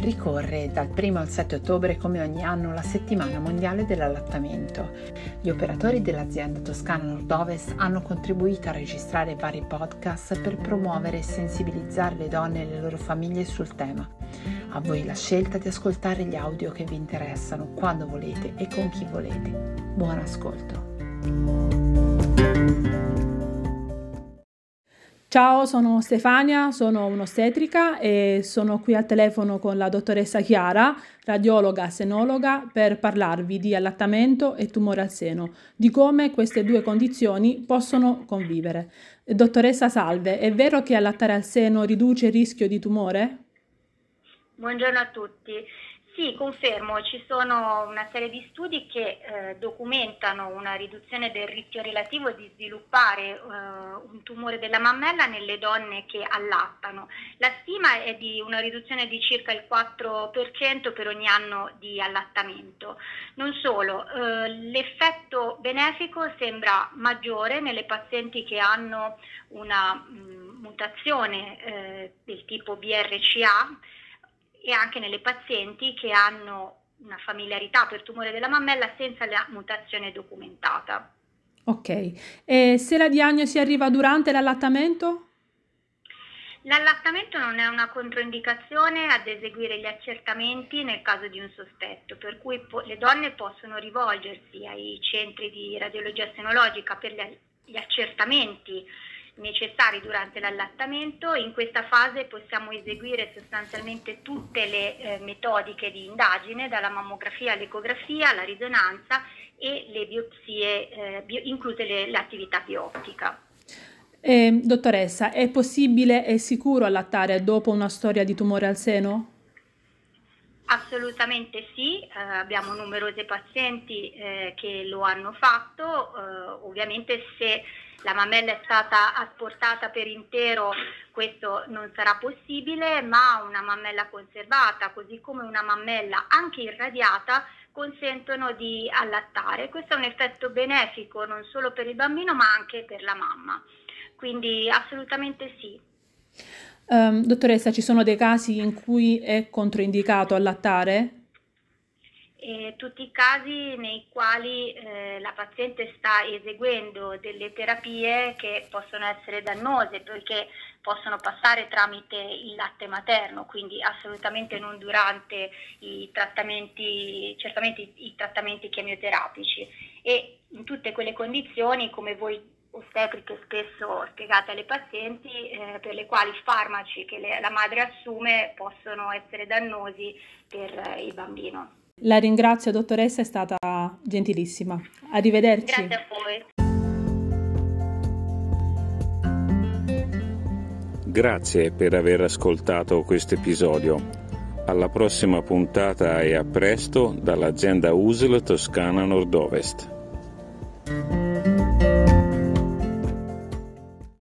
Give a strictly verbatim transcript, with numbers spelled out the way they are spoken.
Ricorre dal primo al sette ottobre come ogni anno la settimana mondiale dell'allattamento. Gli operatori dell'azienda Toscana Nord-Ovest hanno contribuito a registrare vari podcast per promuovere e sensibilizzare le donne e le loro famiglie sul tema. A voi la scelta di ascoltare gli audio che vi interessano, quando volete e con chi volete. Buon ascolto! Ciao, sono Stefania, sono un'ostetrica e sono qui al telefono con la dottoressa Chiara, radiologa senologa, per parlarvi di allattamento e tumore al seno, di come queste due condizioni possono convivere. Dottoressa, salve, è vero che allattare al seno riduce il rischio di tumore? Buongiorno a tutti. Sì, confermo, ci sono una serie di studi che eh, documentano una riduzione del rischio relativo di sviluppare eh, un tumore della mammella nelle donne che allattano. La stima è di una riduzione di circa il quattro per cento per ogni anno di allattamento. Non solo, eh, l'effetto benefico sembra maggiore nelle pazienti che hanno una mh, mutazione eh, del tipo B R C A, e anche nelle pazienti che hanno una familiarità per tumore della mammella senza la mutazione documentata. Ok, e se la diagnosi arriva durante l'allattamento? L'allattamento non è una controindicazione ad eseguire gli accertamenti nel caso di un sospetto, per cui po- le donne possono rivolgersi ai centri di radiologia senologica per gli accertamenti necessari durante l'allattamento. In questa fase possiamo eseguire sostanzialmente tutte le eh, metodiche di indagine, dalla mammografia all'ecografia, alla risonanza e le biopsie, eh, bio, incluse le, l'attività bioptica. Eh, dottoressa, è possibile e sicuro allattare dopo una storia di tumore al seno? Assolutamente sì, eh, abbiamo numerose pazienti eh, che lo hanno fatto, eh, ovviamente se la mammella è stata asportata per intero questo non sarà possibile, ma una mammella conservata, così come una mammella anche irradiata, consentono di allattare. Questo è un effetto benefico non solo per il bambino ma anche per la mamma, quindi assolutamente sì. Um, dottoressa, ci sono dei casi in cui è controindicato allattare? E tutti i casi nei quali eh, la paziente sta eseguendo delle terapie che possono essere dannose perché possono passare tramite il latte materno, quindi assolutamente non durante i trattamenti, certamente i, i trattamenti chemioterapici, e in tutte quelle condizioni, come voi ostetriche spesso spiegate alle pazienti, eh, per le quali i farmaci che le, la madre assume possono essere dannosi per eh, il bambino. La ringrazio, dottoressa, è stata gentilissima. Arrivederci. Grazie a voi. Grazie per aver ascoltato questo episodio. Alla prossima puntata e a presto dall'azienda U S L Toscana Nord-Ovest.